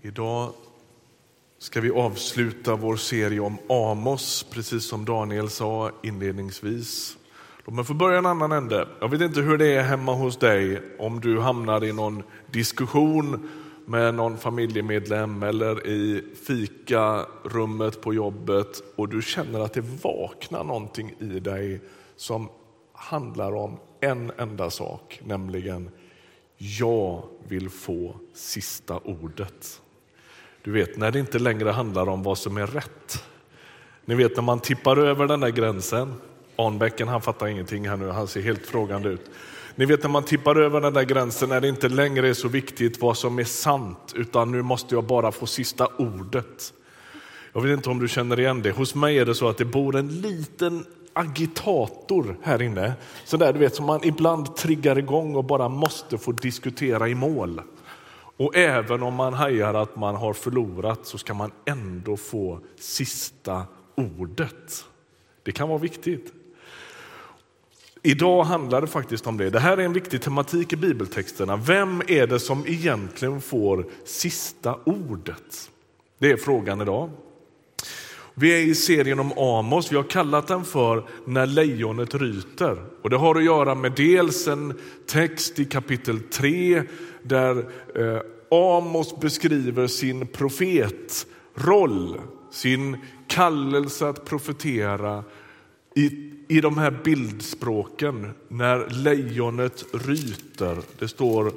Idag ska vi avsluta vår serie om Amos, precis som Daniel sa inledningsvis. Låt mig få börja en annan ände. Jag vet inte hur det är hemma hos dig om du hamnar i någon diskussion med någon familjemedlem eller i fikarummet på jobbet och du känner att det vaknar någonting i dig som handlar om en enda sak, nämligen jag vill få sista ordet. Du vet, när det inte längre handlar om vad som är rätt. Ni vet när man tippar över den där gränsen. Arnbäcken, han fattar ingenting här nu, han ser helt frågande ut. Ni vet när man tippar över den där gränsen när det inte längre är så viktigt vad som är sant, utan nu måste jag bara få sista ordet. Jag vet inte om du känner igen det. Hos mig är det så att det bor en liten agitator här inne. Så där du vet som man ibland triggar igång och bara måste få diskutera i mål. Och även om man hajar att man har förlorat så ska man ändå få sista ordet. Det kan vara viktigt. Idag handlar det faktiskt om det. Det här är en viktig tematik i bibeltexterna. Vem är det som egentligen får sista ordet? Det är frågan idag. Vi är i serien om Amos. Vi har kallat den för När lejonet ryter. Och det har att göra med dels en text i kapitel 3 där Amos beskriver sin profetroll, sin kallelse att profetera i de här bildspråken. När lejonet ryter. Det står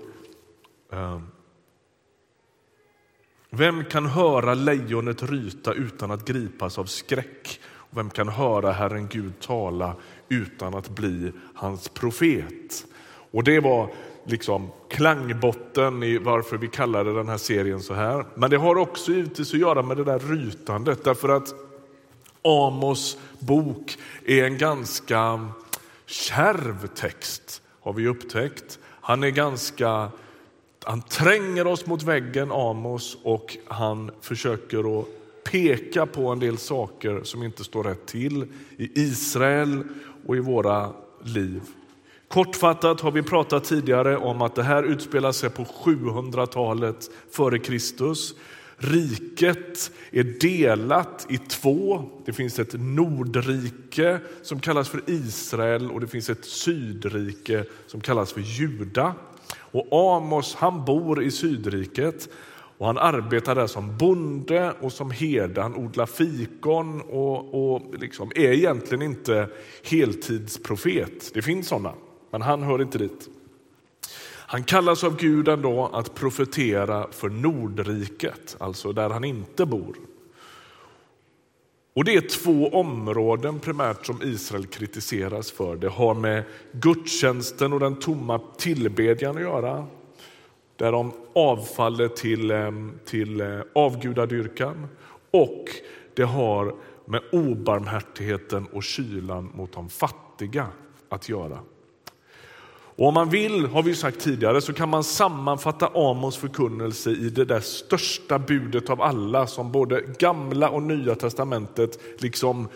vem kan höra lejonet ryta utan att gripas av skräck? Och vem kan höra Herren Gud tala utan att bli hans profet? Och det var liksom klangbotten i varför vi kallade den här serien så här. Men det har också givetvis att göra med det där rytandet. Därför att Amos bok är en ganska kärv text, har vi upptäckt. Han tränger oss mot väggen, Amos, och han försöker att peka på en del saker som inte står rätt till i Israel och i våra liv. Kortfattat har vi pratat tidigare om att det här utspelar sig på 700-talet före Kristus. Riket är delat i två. Det finns ett nordrike som kallas för Israel och det finns ett sydrike som kallas för Juda. Och Amos, han bor i sydriket och han arbetar där som bonde och som herde. Han odlar fikon och liksom är egentligen inte heltidsprofet. Det finns sådana, men han hör inte dit. Han kallas av Gud ändå att profetera för nordriket, alltså där han inte bor. Och det är två områden primärt som Israel kritiseras för. Det har med gudstjänsten och den tomma tillbedjan att göra. Där de avfaller till avgudadyrkan. Och det har med obarmhärtigheten och kylan mot de fattiga att göra. Och om man vill, har vi sagt tidigare, så kan man sammanfatta Amos förkunnelse i det där största budet av alla som både gamla och nya testamentet liksom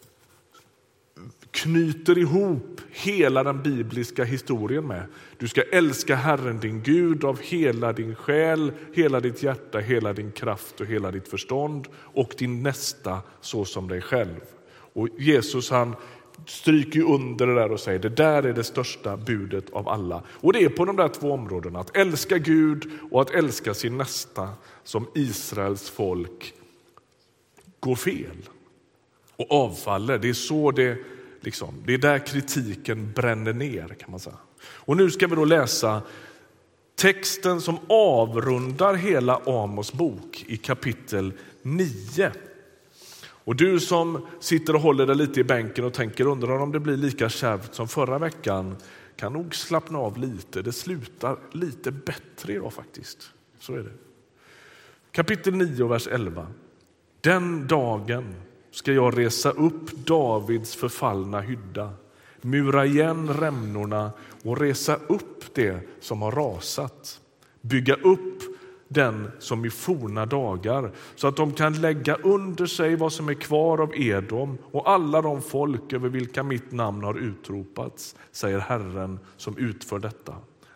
knyter ihop hela den bibliska historien med. Du ska älska Herren din Gud av hela din själ, hela ditt hjärta, hela din kraft och hela ditt förstånd och din nästa så som dig själv. Och Jesus han stryker under det där och säger det där är det största budet av alla. Och det är på de där två områdena, att älska Gud och att älska sin nästa, som Israels folk går fel och avfaller. Det är så det är där kritiken bränner ner, kan man säga. Och nu ska vi då läsa texten som avrundar hela Amos bok i kapitel 9. Och du som sitter och håller dig lite i bänken och undrar om det blir lika kärvt som förra veckan, kan nog slappna av lite. Det slutar lite bättre idag faktiskt. Så är det. Kapitel 9, vers 11. Den dagen ska jag resa upp Davids förfallna hydda, mura igen rämnorna och resa upp det som har rasat. Bygga upp den som i forna dagar, så att de kan lägga under sig vad som är kvar av Edom och alla de folk över vilka mitt namn har utropats, säger Herren som utför detta.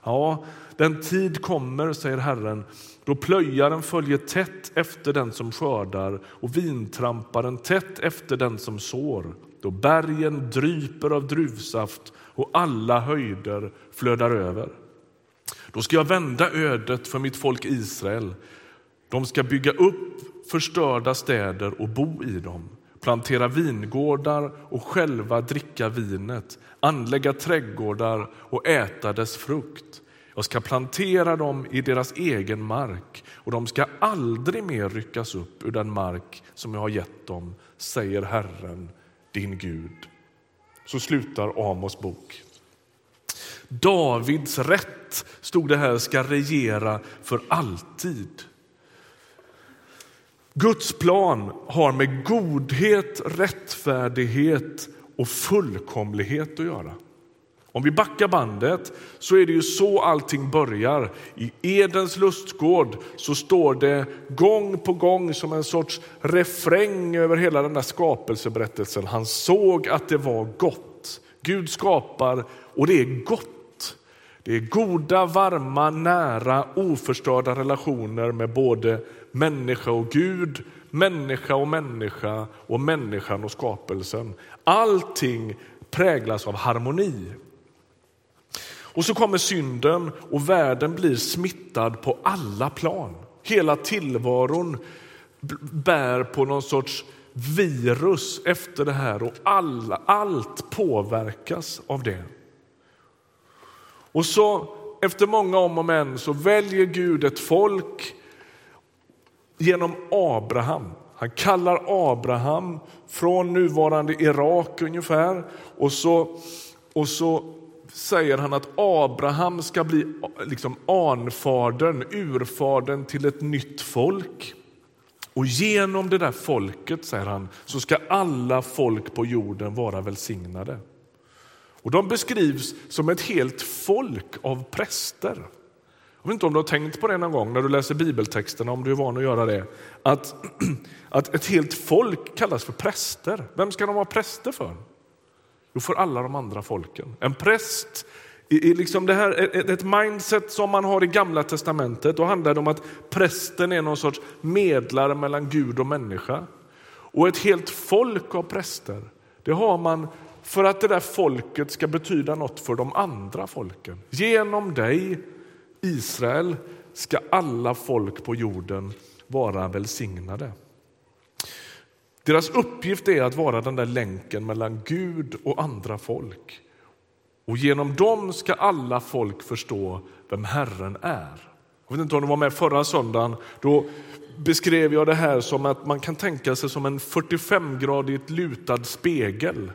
Ja, den tid kommer, säger Herren, då plöjaren följer tätt efter den som skördar och vintramparen tätt efter den som sår. Då bergen dryper av druvsaft och alla höjder flödar över. Då ska jag vända ödet för mitt folk Israel. De ska bygga upp förstörda städer och bo i dem. Plantera vingårdar och själva dricka vinet. Anlägga trädgårdar och äta dess frukt. Jag ska plantera dem i deras egen mark och de ska aldrig mer ryckas upp ur den mark som jag har gett dem, säger Herren, din Gud. Så slutar Amos bok. Davids rätt, stod det här, ska regera för alltid. Guds plan har med godhet, rättfärdighet och fullkomlighet att göra. Om vi backar bandet så är det ju så allting börjar. I Edens lustgård så står det gång på gång som en sorts refräng över hela den där skapelseberättelsen. Han såg att det var gott. Gud skapar och det är gott. Det är goda, varma, nära, oförstörda relationer med både människa och Gud, människa och människan och skapelsen. Allting präglas av harmoni. Och så kommer synden och världen blir smittad på alla plan. Hela tillvaron bär på någon sorts virus efter det här och allt påverkas av det. Och så efter många om och men så väljer Gud ett folk genom Abraham. Han kallar Abraham från nuvarande Irak ungefär och så säger han att Abraham ska bli liksom anfadern, urfadern till ett nytt folk. Och genom det där folket, säger han, så ska alla folk på jorden vara välsignade. Och de beskrivs som ett helt folk av präster. Jag vet inte om du har tänkt på det någon gång när du läser bibeltexterna, om du är van att göra det. Att ett helt folk kallas för präster. Vem ska de vara präster för? Jo, för alla de andra folken. En präst är liksom det här, ett mindset som man har i Gamla testamentet. Då handlar det om att prästen är någon sorts medlare mellan Gud och människa. Och ett helt folk av präster, det har man för att det där folket ska betyda något för de andra folken. Genom dig, Israel, ska alla folk på jorden vara välsignade. Deras uppgift är att vara den där länken mellan Gud och andra folk. Och genom dem ska alla folk förstå vem Herren är. Jag vet inte om du var med förra söndagen. Då beskrev jag det här som att man kan tänka sig som en 45-gradigt lutad spegel.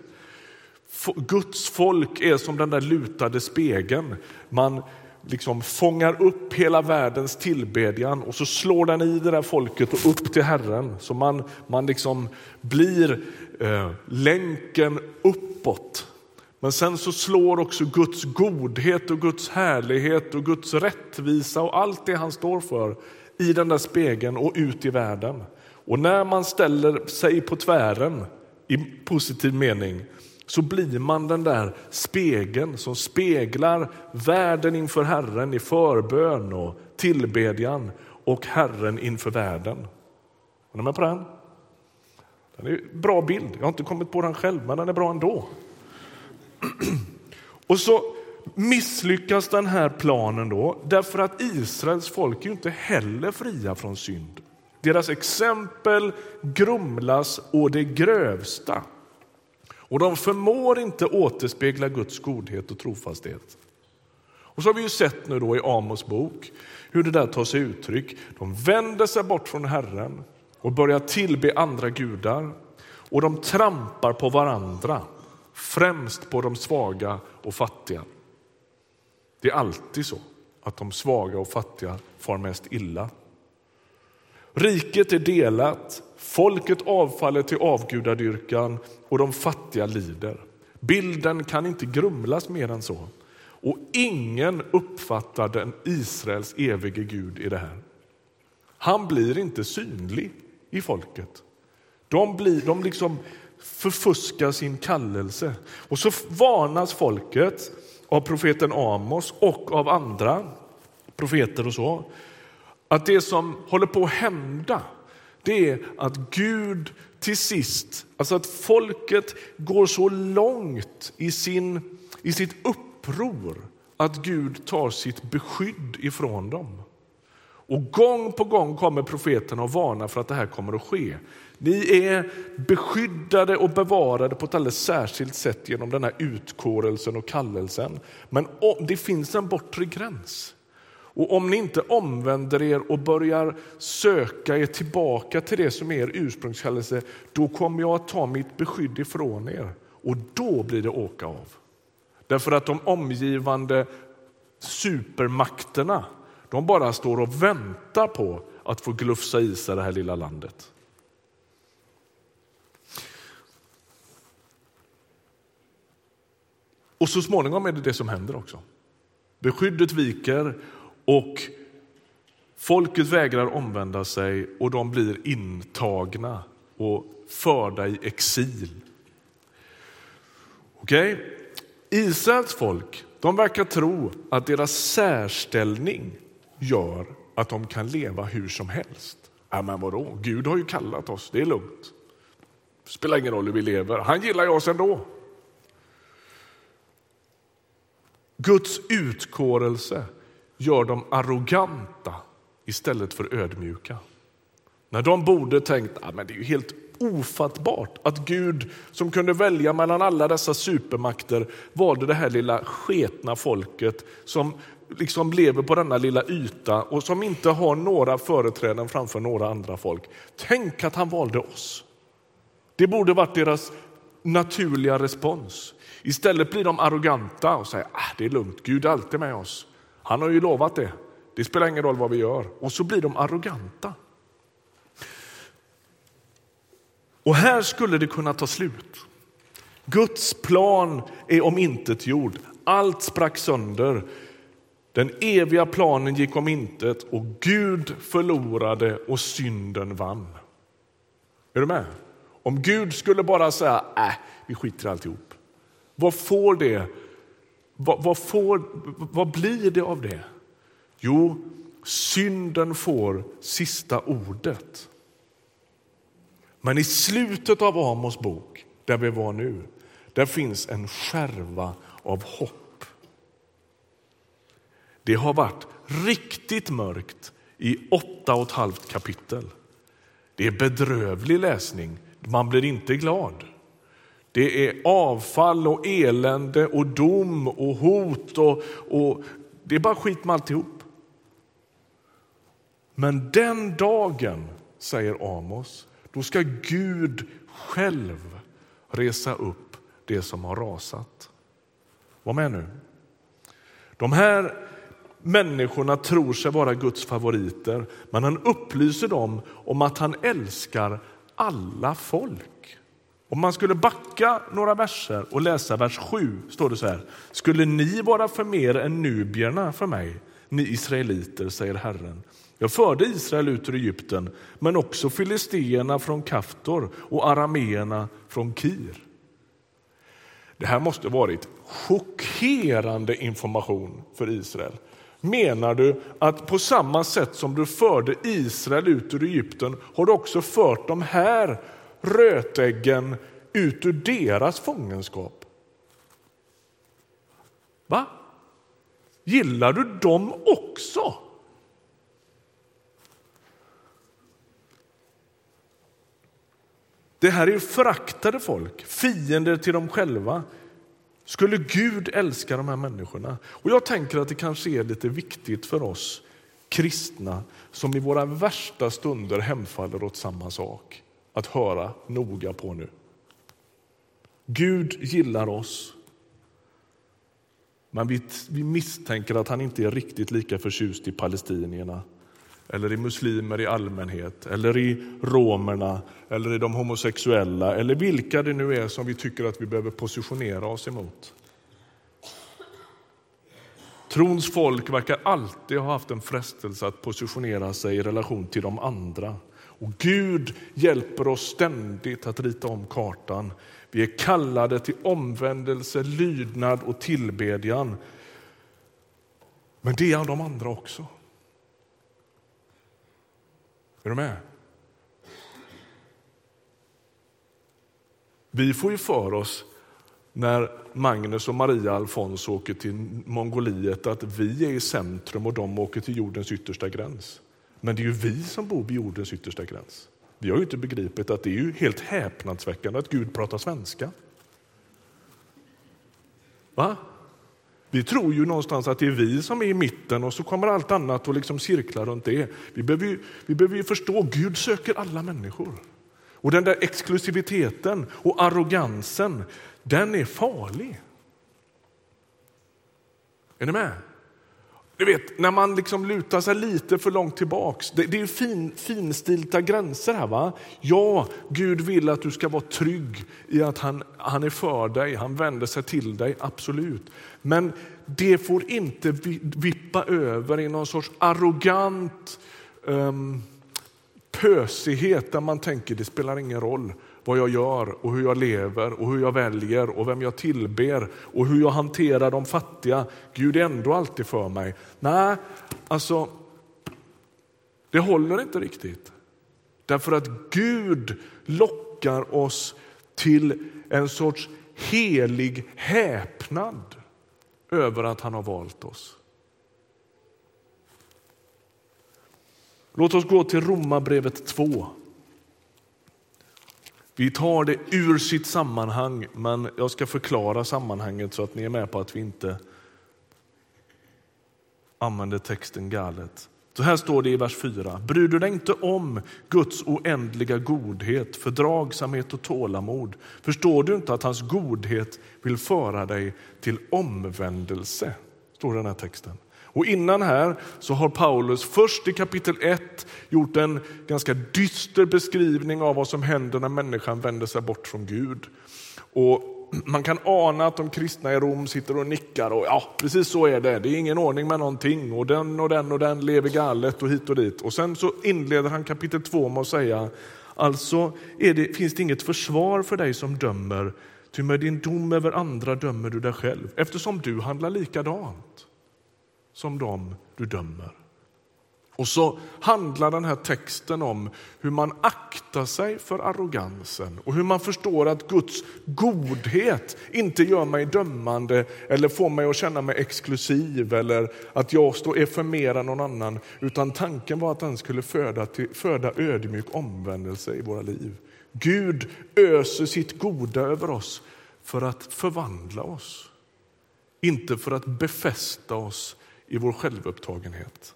Guds folk är som den där lutade spegeln. Man liksom fångar upp hela världens tillbedjan och så slår den i det där folket och upp till Herren. Så man liksom blir länken uppåt. Men sen så slår också Guds godhet och Guds härlighet och Guds rättvisa och allt det han står för i den där spegeln och ut i världen. Och när man ställer sig på tvären i positiv mening så blir man den där spegeln som speglar världen inför Herren i förbön och tillbedjan och Herren inför världen. Är ni med på den? Den är en bra bild. Jag har inte kommit på den själv, men den är bra ändå. Och så misslyckas den här planen då därför att Israels folk är ju inte heller fria från synd. Deras exempel grumlas och det grövsta. Och de förmår inte återspegla Guds godhet och trofasthet. Och så har vi ju sett nu då i Amos bok hur det där tar sig uttryck. De vänder sig bort från Herren och börjar tillbe andra gudar. Och de trampar på varandra, främst på de svaga och fattiga. Det är alltid så att de svaga och fattiga far mest illa. Riket är delat, folket avfaller till avgudadyrkan och de fattiga lider. Bilden kan inte grumlas mer än så. Och ingen uppfattar den Israels evige Gud i det här. Han blir inte synlig i folket. De liksom förfuskar sin kallelse. Och så varnas folket av profeten Amos och av andra profeter och så, att det som håller på att hända, det är att Gud till sist, alltså att folket går så långt i sitt uppror att Gud tar sitt beskydd ifrån dem. Och gång på gång kommer profeterna och varnar för att det här kommer att ske. Ni är beskyddade och bevarade på ett alldeles särskilt sätt genom den här utkårelsen och kallelsen. Men det finns en bortre gräns. Och om ni inte omvänder er och börjar söka er tillbaka till det som är er ursprungskallelse, då kommer jag att ta mitt beskydd ifrån er. Och då blir det åka av. Därför att de omgivande supermakterna, de bara står och väntar på att få glufsa i sig det här lilla landet. Och så småningom är det som händer också. Beskyddet viker och folket vägrar omvända sig och de blir intagna och förda i exil. Okej? Israels folk, de verkar tro att deras särställning gör att de kan leva hur som helst. Ja, men vadå? Gud har ju kallat oss, det är lugnt. Det spelar ingen roll hur vi lever, han gillar oss ändå. Guds utkårelse gör dem arroganta istället för ödmjuka. När de borde tänkt, men det är ju helt ofattbart att Gud som kunde välja mellan alla dessa supermakter valde det här lilla sketna folket som liksom lever på denna lilla yta och som inte har några företräden framför några andra folk. Tänk att han valde oss. Det borde varit deras naturliga respons. Istället blir de arroganta och säger, det är lugnt, Gud är alltid med oss. Han har ju lovat det. Det spelar ingen roll vad vi gör. Och så blir de arroganta. Och här skulle det kunna ta slut. Guds plan är omintetgjord. Allt sprack sönder. Den eviga planen gick om intet och Gud förlorade och synden vann. Är du med? Om Gud skulle bara säga, vi skiter i alltihop. Vad får det? Vad blir det av det? Jo, synden får sista ordet. Men i slutet av Amos bok, där vi var nu, där finns en skärva av hopp. Det har varit riktigt mörkt i 8,5 kapitel. Det är bedrövlig läsning. Man blir inte glad. Det är avfall och elände och dom och hot och det är bara skit med alltihop. Men den dagen, säger Amos, då ska Gud själv resa upp det som har rasat. Var med nu. De här människorna tror sig vara Guds favoriter, men han upplyser dem om att han älskar alla folk. Om man skulle backa några verser och läsa vers 7 står det så här. Skulle ni vara för mer än nubierna för mig, ni israeliter, säger Herren. Jag förde Israel ut ur Egypten, men också filisterna från Kaftor och arameerna från Kir. Det här måste varit chockerande information för Israel. Menar du att på samma sätt som du förde Israel ut ur Egypten har du också fört de här rötäggen ut ur deras fångenskap? Va? Gillar du dem också? Det här är föraktade folk, fiender till dem själva. Skulle Gud älska de här människorna? Och jag tänker att det kanske är lite viktigt för oss kristna som i våra värsta stunder hemfaller åt samma sak. Att höra noga på nu. Gud gillar oss. Men vi misstänker att han inte är riktigt lika förtjust i palestinierna. Eller i muslimer i allmänhet. Eller i romerna. Eller i de homosexuella. Eller vilka det nu är som vi tycker att vi behöver positionera oss emot. Trons folk verkar alltid ha haft en frestelse att positionera sig i relation till de andra. Och Gud hjälper oss ständigt att rita om kartan. Vi är kallade till omvändelse, lydnad och tillbedjan. Men det är de andra också. Är du med? Vi får ju för oss när Magnus och Maria Alfons åker till Mongoliet att vi är i centrum och de åker till jordens yttersta gräns. Men det är ju vi som bor vid jordens yttersta gräns. Vi har ju inte begripit att det är ju helt häpnadsväckande att Gud pratar svenska. Va? Vi tror ju någonstans att det är vi som är i mitten och så kommer allt annat och liksom cirklar runt det. Vi behöver ju förstå att Gud söker alla människor. Och den där exklusiviteten och arrogansen, den är farlig. Är ni med? Du vet, när man liksom lutar sig lite för långt tillbaks. Det är ju finstilta gränser här, va? Ja, Gud vill att du ska vara trygg i att han är för dig. Han vänder sig till dig, absolut. Men det får inte vippa över i någon sorts arrogant pösighet där man tänker det spelar ingen roll vad jag gör och hur jag lever och hur jag väljer och vem jag tillber och hur jag hanterar de fattiga. Gud är ändå alltid för mig. Nej, alltså det håller inte riktigt. Därför att Gud lockar oss till en sorts helig häpnad över att han har valt oss. Låt oss gå till Romarbrevet 2. Vi tar det ur sitt sammanhang, men jag ska förklara sammanhanget så att ni är med på att vi inte använder texten galet. Så här står det i vers 4. Bryr du dig inte om Guds oändliga godhet, fördragsamhet och tålamod? Förstår du inte att hans godhet vill föra dig till omvändelse? Står den här texten. Och innan här så har Paulus först i kapitel 1 gjort en ganska dyster beskrivning av vad som händer när människan vänder sig bort från Gud. Och man kan ana att de kristna i Rom sitter och nickar och ja, precis så är det. Det är ingen ordning med någonting och den och den och den lever galet och hit och dit. Och sen så inleder han kapitel 2 med att säga, alltså finns det inget försvar för dig som dömer, ty med din dom över andra dömer du dig själv, eftersom du handlar likadant som de du dömer. Och så handlar den här texten om hur man aktar sig för arrogansen och hur man förstår att Guds godhet inte gör mig dömande eller får mig att känna mig exklusiv eller att jag är för mer än någon annan, utan tanken var att den skulle föda ödmjuk omvändelse i våra liv. Gud öser sitt goda över oss för att förvandla oss, inte för att befästa oss i vår självupptagenhet.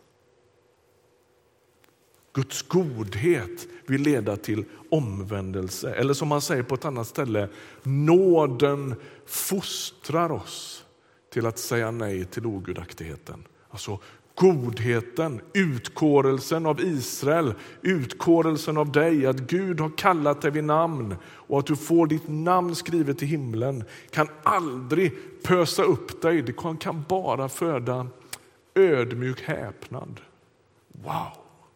Guds godhet vill leda till omvändelse. Eller som man säger på ett annat ställe, nåden fostrar oss till att säga nej till ogudaktigheten. Alltså godheten, utkårelsen av Israel, utkårelsen av dig, att Gud har kallat dig vid namn och att du får ditt namn skrivet i himlen, kan aldrig pösa upp dig. Det kan bara föda ödmjuk häpnad. Wow!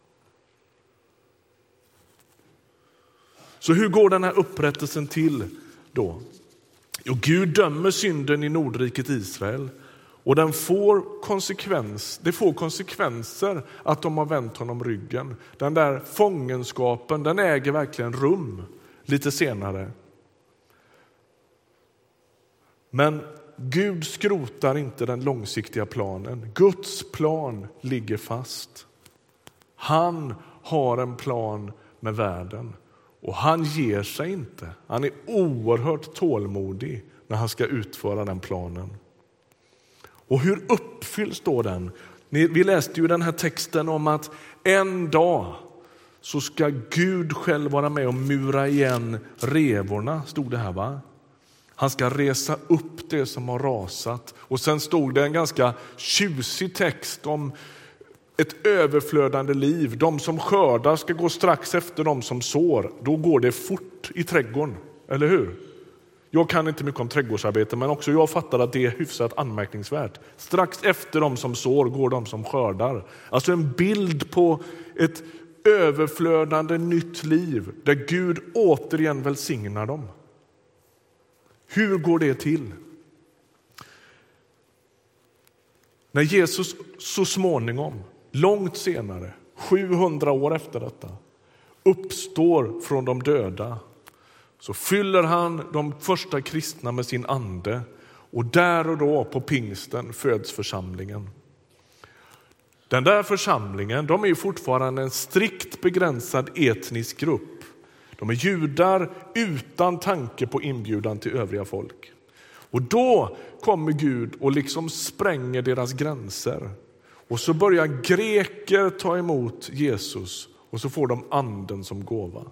Så hur går den här upprättelsen till då? Jo, Gud dömer synden i Nordriket Israel och det får konsekvenser att de har vänt honom ryggen. Den där fångenskapen, den äger verkligen rum lite senare. Men Gud skrotar inte den långsiktiga planen. Guds plan ligger fast. Han har en plan med världen. Och han ger sig inte. Han är oerhört tålmodig när han ska utföra den planen. Och hur uppfylls då den? Vi läste ju den här texten om att en dag så ska Gud själv vara med och mura igen revorna, stod det här, va? Han ska resa upp det som har rasat. Och sen stod det en ganska tjusig text om ett överflödande liv. De som skördar ska gå strax efter de som sår. Då går det fort i trädgården, eller hur? Jag kan inte mycket om trädgårdsarbete, men också jag fattar att det är hyfsat anmärkningsvärt. Strax efter de som sår går de som skördar. Alltså en bild på ett överflödande nytt liv där Gud återigen välsignar dem. Hur går det till? När Jesus så småningom, långt senare, 700 år efter detta, uppstår från de döda, så fyller han de första kristna med sin ande, och där och då på pingsten föds församlingen. Den där församlingen, de är ju fortfarande en strikt begränsad etnisk grupp. De är judar utan tanke på inbjudan till övriga folk. Och då kommer Gud och liksom spränger deras gränser. Och så börjar greker ta emot Jesus, och så får de anden som gåva.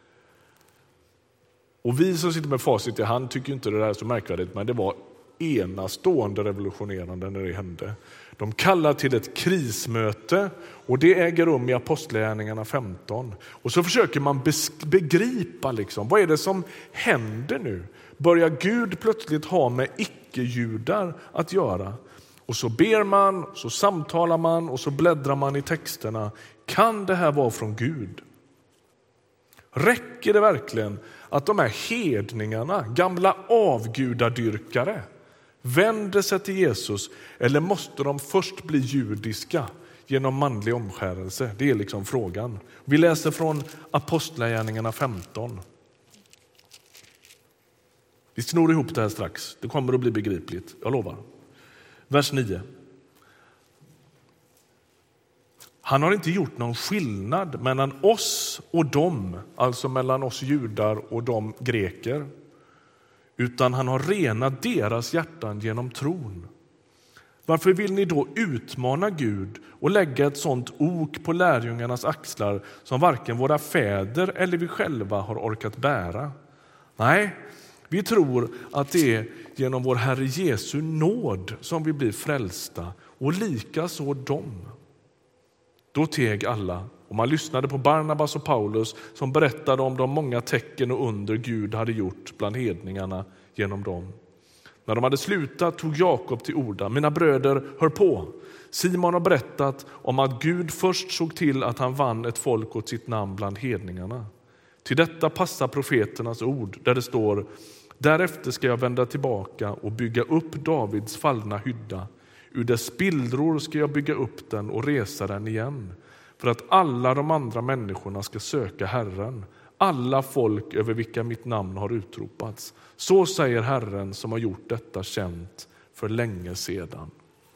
Och vi som sitter med facit i hand tycker inte det där är så märkvärdigt, men det var enastående revolutionerande när det hände. De kallar till ett krismöte, och det äger rum i Apostlagärningarna 15. Och så försöker man begripa liksom, vad är det som händer nu? Börjar Gud plötsligt ha med icke-judar att göra? Och så ber man, så samtalar man och så bläddrar man i texterna. Kan det här vara från Gud? Räcker det verkligen att de här hedningarna, gamla avgudadyrkare, vänder sig till Jesus, eller måste de först bli judiska genom manlig omskärelse? Det är liksom frågan. Vi läser från Apostlagärningarna 15. Vi snor ihop det här strax. Det kommer att bli begripligt, jag lovar. Vers 9. Han har inte gjort någon skillnad mellan oss och dem, alltså mellan oss judar och de greker, utan han har renat deras hjärtan genom tron. Varför vill ni då utmana Gud och lägga ett sådant ok på lärjungarnas axlar som varken våra fäder eller vi själva har orkat bära? Nej, vi tror att det är genom vår Herre Jesu nåd som vi blir frälsta, och lika så dem. Då teg alla, och man lyssnade på Barnabas och Paulus som berättade om de många tecken och under Gud hade gjort bland hedningarna genom dem. När de hade slutat tog Jakob till orda. Mina bröder, hör på. Simon har berättat om att Gud först såg till att han vann ett folk åt sitt namn bland hedningarna. Till detta passar profeternas ord där det står: därefter ska jag vända tillbaka och bygga upp Davids fallna hydda. Ur dess spillror ska jag bygga upp den och resa den igen, för att alla de andra människorna ska söka Herren, alla folk över vilka mitt namn har utropats. Så säger Herren som har gjort detta känt för länge sedan.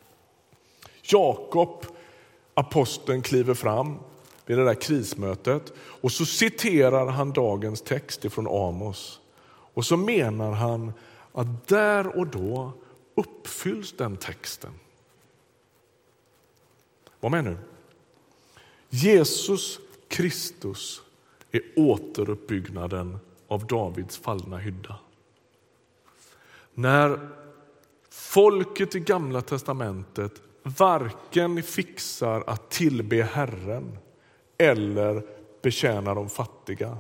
Jakob, aposteln, kliver fram vid det där krismötet, och så citerar han dagens text ifrån Amos. Och så menar han att där och då uppfylls den texten. Vad menar du? Jesus Kristus är återuppbyggnaden av Davids fallna hydda. När folket i Gamla testamentet varken fixar att tillbe Herren eller betjäna de fattiga,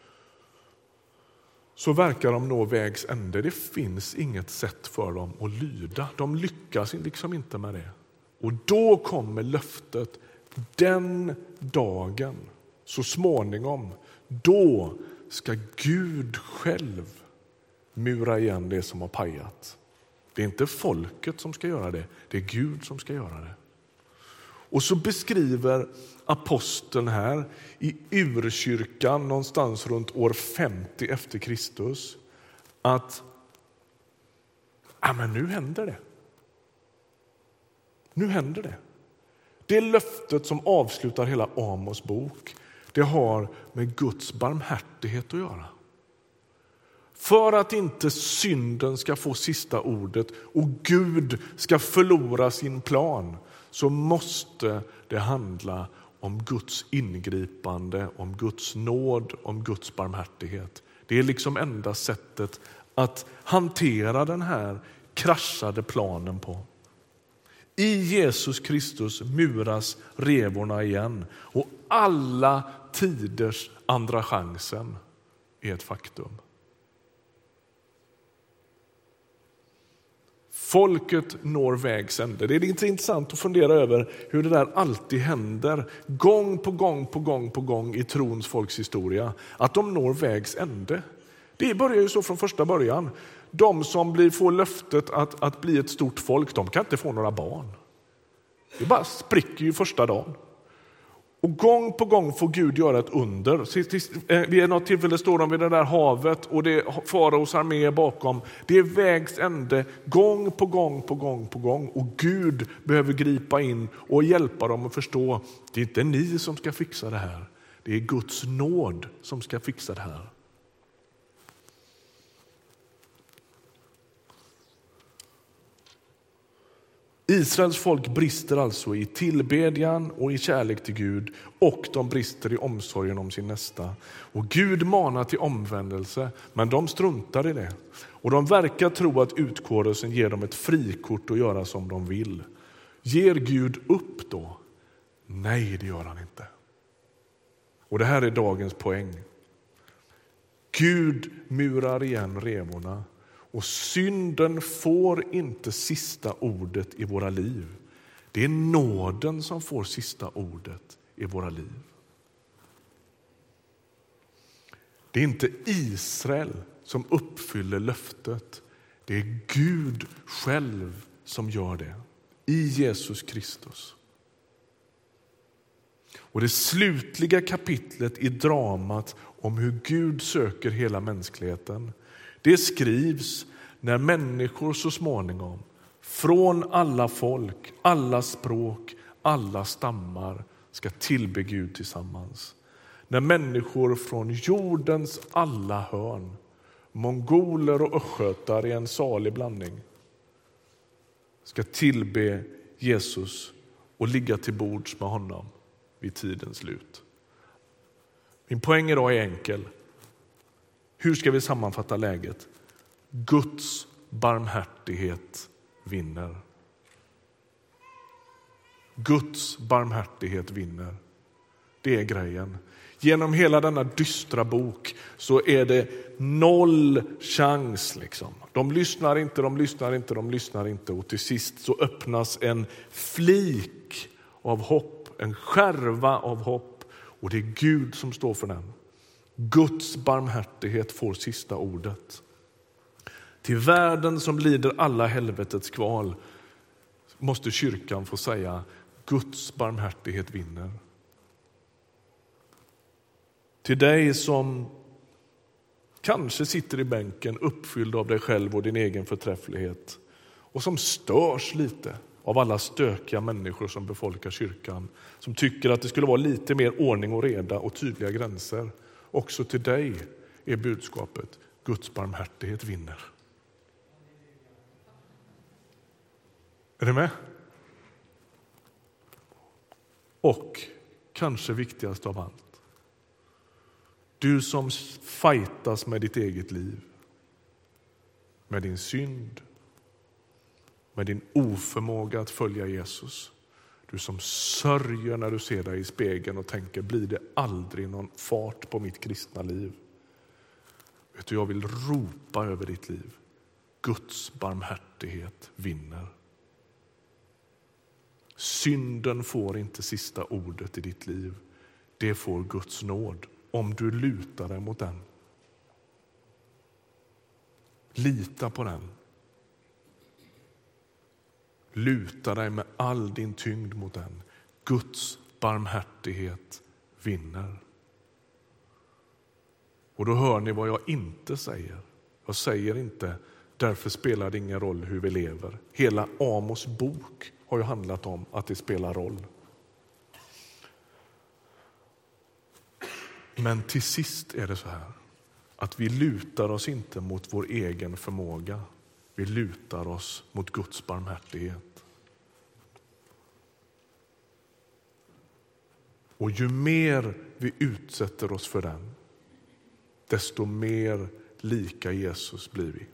så verkar de nå vägs ände. Det finns inget sätt för dem att lyda. De lyckas liksom inte med det. Och då kommer löftet, den dagen, så småningom, då ska Gud själv mura igen det som har pajat. Det är inte folket som ska göra det, det är Gud som ska göra det. Och så beskriver aposteln här i urkyrkan någonstans runt år 50 efter Kristus att men nu händer det. Nu händer det. Det löftet som avslutar hela Amos bok, det har med Guds barmhärtighet att göra. För att inte synden ska få sista ordet och Gud ska förlora sin plan, så måste det handla om Guds ingripande, om Guds nåd, om Guds barmhärtighet. Det är liksom enda sättet att hantera den här kraschade planen på. I Jesus Kristus muras revorna igen, och alla tiders andra chansen är ett faktum. Folket når vägs ände. Det är lite intressant att fundera över hur det där alltid händer. Gång på gång i trons folks historia. Att de når vägs ände. Det börjar ju så från första början. De som får löftet att bli ett stort folk, de kan inte få några barn. Det bara spricker ju första dagen. Och gång på gång får Gud göra ett under. Vid något tillfälle står de vid det där havet och det är faraos armé bakom. Det är vägs ände gång på gång. Och Gud behöver gripa in och hjälpa dem att förstå. Det är inte ni som ska fixa det här. Det är Guds nåd som ska fixa det här. Israels folk brister alltså i tillbedjan och i kärlek till Gud, och de brister i omsorgen om sin nästa. Och Gud manar till omvändelse, men de struntar i det. Och de verkar tro att utkårelsen ger dem ett frikort att göra som de vill. Ger Gud upp då? Nej, det gör han inte. Och det här är dagens poäng. Gud murar igen revorna. Och synden får inte sista ordet i våra liv. Det är nåden som får sista ordet i våra liv. Det är inte Israel som uppfyller löftet. Det är Gud själv som gör det i Jesus Kristus. Och det slutliga kapitlet i dramat om hur Gud söker hela mänskligheten, det skrivs när människor så småningom från alla folk, alla språk, alla stammar ska tillbe Gud tillsammans. När människor från jordens alla hörn, mongoler och östgötar i en salig blandning, ska tillbe Jesus och ligga till bords med honom vid tidens slut. Min poäng idag är enkel. Hur ska vi sammanfatta läget? Guds barmhärtighet vinner. Guds barmhärtighet vinner. Det är grejen. Genom hela denna dystra bok så är det noll chans. Liksom. De lyssnar inte. Och till sist så öppnas en flik av hopp, en skärva av hopp. Och det är Gud som står för den. Guds barmhärtighet får sista ordet. Till världen som lider alla helvetets kval måste kyrkan få säga: Guds barmhärtighet vinner. Till dig som kanske sitter i bänken uppfylld av dig själv och din egen förträfflighet och som störs lite av alla stökiga människor som befolkar kyrkan, som tycker att det skulle vara lite mer ordning och reda och tydliga gränser. Också till dig är budskapet: Guds barmhärtighet vinner. Är du med? Och kanske viktigast av allt, du som fightas med ditt eget liv, med din synd, med din oförmåga att följa Jesus. Du som sörjer när du ser dig i spegeln och tänker: blir det aldrig någon fart på mitt kristna liv? Vet du, jag vill ropa över ditt liv: Guds barmhärtighet vinner. Synden får inte sista ordet i ditt liv. Det får Guds nåd om du lutar dig mot den. Lita på den. Luta dig med all din tyngd mot den. Guds barmhärtighet vinner. Och då hör ni vad jag inte säger. Jag säger inte: därför spelar det ingen roll hur vi lever. Hela Amos bok har ju handlat om att det spelar roll. Men till sist är det så här att vi lutar oss inte mot vår egen förmåga. Vi lutar oss mot Guds barmhärtighet. Och ju mer vi utsätter oss för den, desto mer lika Jesus blir vi.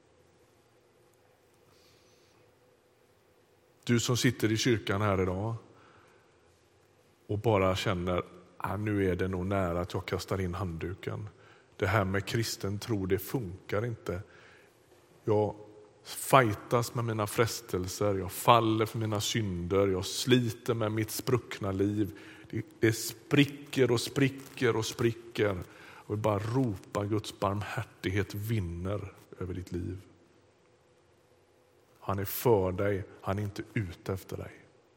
Du som sitter i kyrkan här idag och bara känner: nu är det nog nära att jag kastar in handduken. Det här med kristen tro, det funkar inte. Jag fightas med mina frestelser, jag faller för mina synder, jag sliter med mitt spruckna liv. Det spricker och spricker och spricker. Och bara ropa Guds barmhärtighet vinner över ditt liv. Han är för dig, han är inte ute efter dig.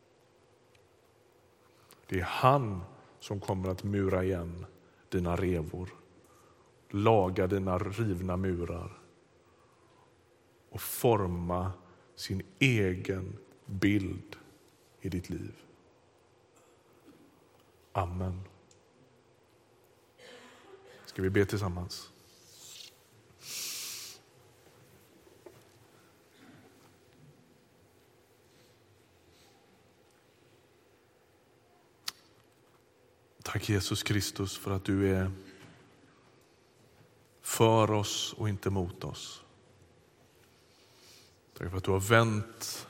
Det är han som kommer att mura igen dina revor, laga dina rivna murar och forma sin egen bild i ditt liv. Amen. Ska vi be tillsammans? Tack Jesus Kristus för att du är för oss och inte mot oss. Tack för att du har vänt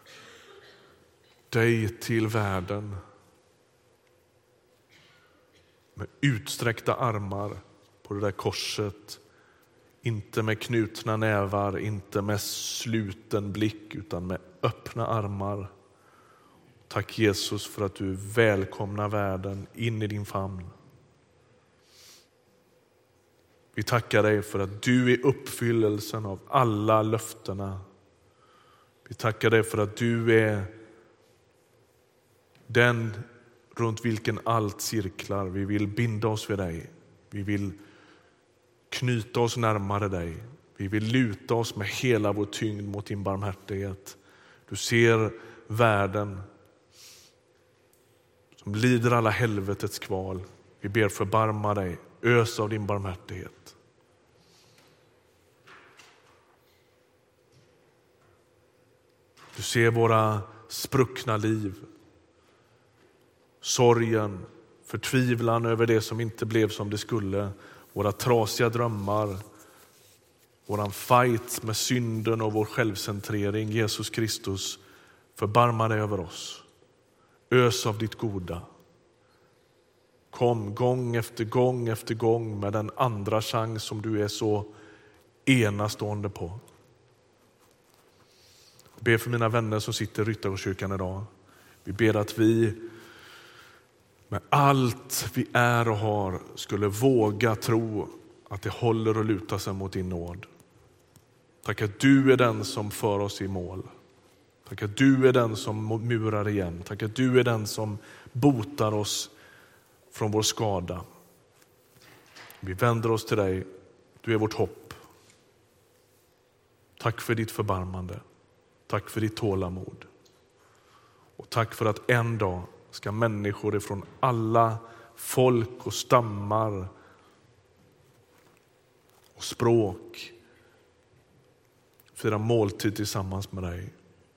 dig till världen med utsträckta armar på det där korset. Inte med knutna nävar, inte med sluten blick utan med öppna armar. Tack Jesus för att du välkomnar världen in i din famn. Vi tackar dig för att du är uppfyllelsen av alla löftena. Vi tackar dig för att du är den runt vilken allt cirklar. Vi vill binda oss vid dig. Vi vill knyta oss närmare dig. Vi vill luta oss med hela vår tyngd mot din barmhärtighet. Du ser världen som lider alla helvetets kval. Vi ber förbarma dig. Ös av din barmhärtighet. Du ser våra spruckna liv. Sorgen, förtvivlan över det som inte blev som det skulle. Våra trasiga drömmar. Våran fight med synden och vår självcentrering. Jesus Kristus, förbarma dig över oss. Ös av ditt goda. Kom gång efter gång med den andra chans som du är så enastående på. Jag ber för mina vänner som sitter i Ryttargårdskyrkan idag. Vi ber att vi med allt vi är och har skulle våga tro att det håller och luta sig mot din nåd. Tack att du är den som för oss i mål. Tack att du är den som murar igen. Tack att du är den som botar oss från vår skada. Vi vänder oss till dig. Du är vårt hopp. Tack för ditt förbarmande. Tack för ditt tålamod. Och tack för att en dag ska människor ifrån alla folk och stammar och språk fira måltid tillsammans med dig.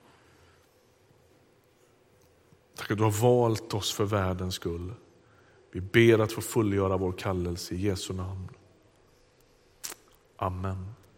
Tack att du har valt oss för världens skull. Vi ber att få fullgöra vår kallelse i Jesu namn. Amen.